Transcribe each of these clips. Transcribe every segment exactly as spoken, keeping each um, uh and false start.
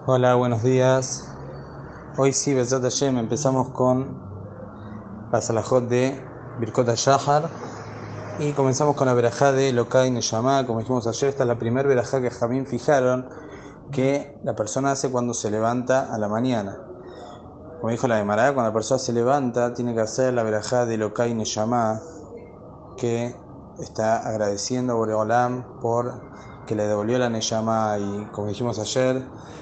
Hola, buenos días. Hoy sí, Besat Hashem, empezamos con la Salahot de Birkot HaShahar y comenzamos con la verajá de Elokai Neshama. Como dijimos ayer, esta es la primera verajá que Jamín fijaron que la persona hace cuando se levanta a la mañana. Como dijo la Gemara, cuando la persona se levanta, tiene que hacer la verajá de Elokai Neshama, que está agradeciendo a Boreolam por que le devolvió la Neshama. Y como dijimos ayer,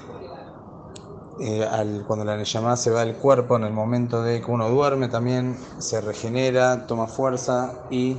Eh, al, cuando la Neshama se va del cuerpo, en el momento de que uno duerme, también se regenera, toma fuerza, y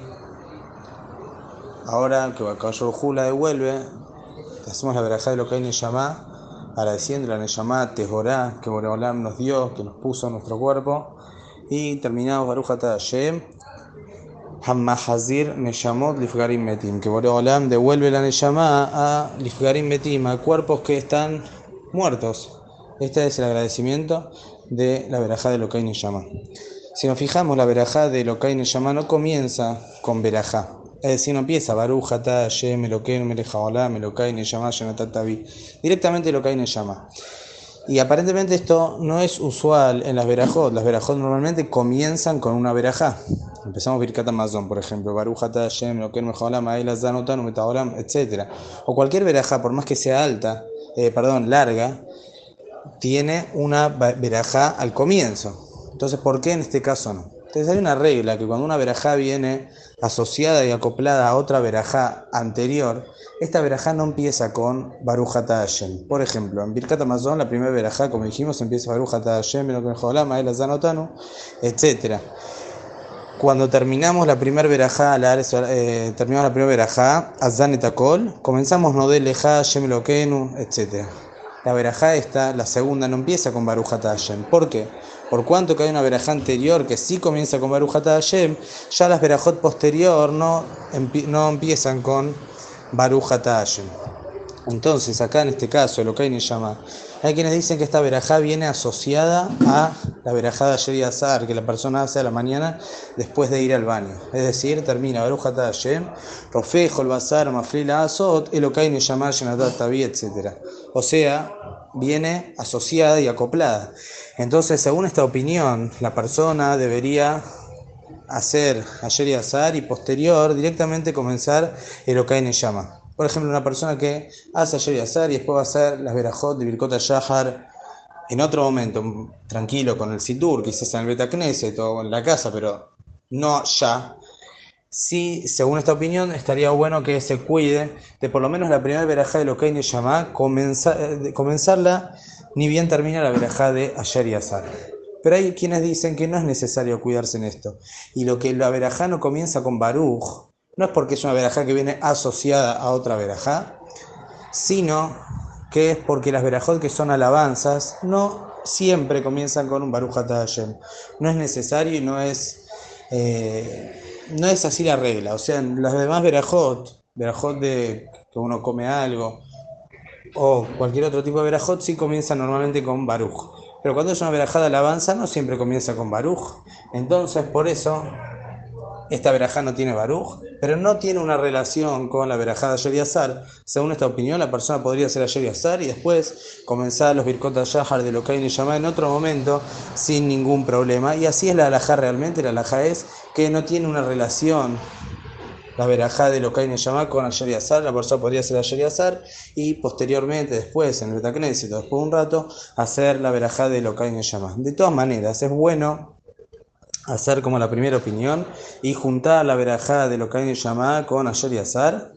ahora que Bakayor Hu la devuelve, hacemos la verajá de lo que hay Neshama, agradeciendo la Neshama Tehorá que Boreolam nos dio, que nos puso en nuestro cuerpo, y terminamos Baruch Atah Hashem Hammahazir Neshamot Lifgarim Metim, que Boreolam devuelve la Neshama a Lifgarim Metim, a cuerpos que están muertos. Este es el agradecimiento de la verajá de Elokai Neshama. Si nos fijamos, la verajá de Elokai Neshama no comienza con verajá. Es decir, no empieza Baruch Atah Hashem Elokeinu melech haolam Elokai Neshama shenatat tavi. Directamente Elokai Neshama. Y aparentemente esto no es usual en las verajot. Las verajot normalmente comienzan con una verajá. Empezamos Birkat Hamazon, por ejemplo, Baruch Atah Hashem Elokeinu melech haolam Ha'el Hazan Otanu Metaolam, etcétera. O cualquier verajá, por más que sea alta, eh, perdón, larga, tiene una verajá al comienzo. Entonces, ¿por qué en este caso no? Entonces hay una regla que cuando una verajá viene asociada y acoplada a otra verajá anterior, esta verajá no empieza con Baruch Atah Hashem. Por ejemplo, en Birkat Hamazon, la primera verajá, como dijimos, empieza Baruch Atah Hashem, etcétera. Cuando terminamos la primera verajá, la, eh, terminamos la primera verajá, Azan et Akol, comenzamos Nodel Leja, Hashem Elokeinu, etcétera. La verajá esta, la segunda, no empieza con Baruch Atah Hashem. ¿Por qué? Por cuanto que hay una verajá anterior que sí comienza con Baruch Atah Hashem, ya las verajot posterior no, no empiezan con Baruch Atah Hashem. Entonces, acá en este caso, Elokai Neshama, hay quienes dicen que esta verajá viene asociada a la verajá de Ayer y Azar, que la persona hace a la mañana después de ir al baño. Es decir, termina Baruch Atah Hashem, Rofejo, el Bazar, Maflila Azot, Elokai Neshama, Shenatat Tavi, etcétera. O sea, viene asociada y acoplada. Entonces, según esta opinión, la persona debería hacer Ayer y Azar y posterior directamente comenzar Elokai Neshama. Por ejemplo, una persona que hace Ayer y Azar y después va a hacer las verajot de Birkot HaShahar en otro momento, tranquilo, con el Sidur, quizás en el Bet HaKnesset o en la casa, pero no ya. Sí, según esta opinión, estaría bueno que se cuide de por lo menos la primera verajá de Elokai Neshama, comenzar, comenzarla ni bien termina la verajá de Ayer y Azar. Pero hay quienes dicen que no es necesario cuidarse en esto. Y lo que la verajá no comienza con Baruch, no es porque es una verajá que viene asociada a otra verajá, sino que es porque las verajot que son alabanzas no siempre comienzan con un Baruch Atah Hashem. No es necesario y no es, eh, no es así la regla. O sea, en las demás verajot, verajot de que uno come algo, o cualquier otro tipo de verajot, sí comienza normalmente con Baruch. Pero cuando es una verajá de alabanza, no siempre comienza con Baruch. Entonces, por eso, esta verajá no tiene Baruch, pero no tiene una relación con la verajá de Ayer y Azar. Según esta opinión, la persona podría hacer Ayer y Azar y después comenzar los Birkot HaShahar de Elokai Neshama en otro momento sin ningún problema. Y así es la halajá realmente. La halajá es que no tiene una relación la verajá de Elokai Neshama con Ayer y Azar. La persona podría hacer Ayer y Azar y posteriormente, después, en el Bet HaKnesset, después de un rato, hacer la verajá de Elokai Neshama. De todas maneras, es bueno hacer como la primera opinión y juntar la verajá de Elokai Neshama con Ayer y Azar.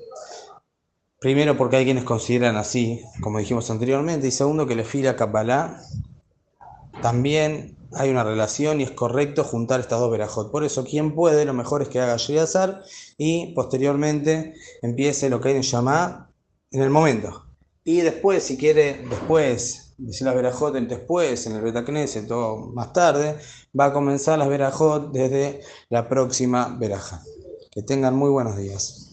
Primero porque hay quienes consideran así, como dijimos anteriormente, y segundo que le fila Kabbalah también hay una relación y es correcto juntar estas dos verajot. Por eso, quien puede, lo mejor es que haga Ayer y Azar y posteriormente empiece Elokai Neshama en el momento. Y después, si quiere, después, decir las verajot después, en el Bet HaKnesset o más tarde, va a comenzar las verajot desde la próxima verajá. Que tengan muy buenos días.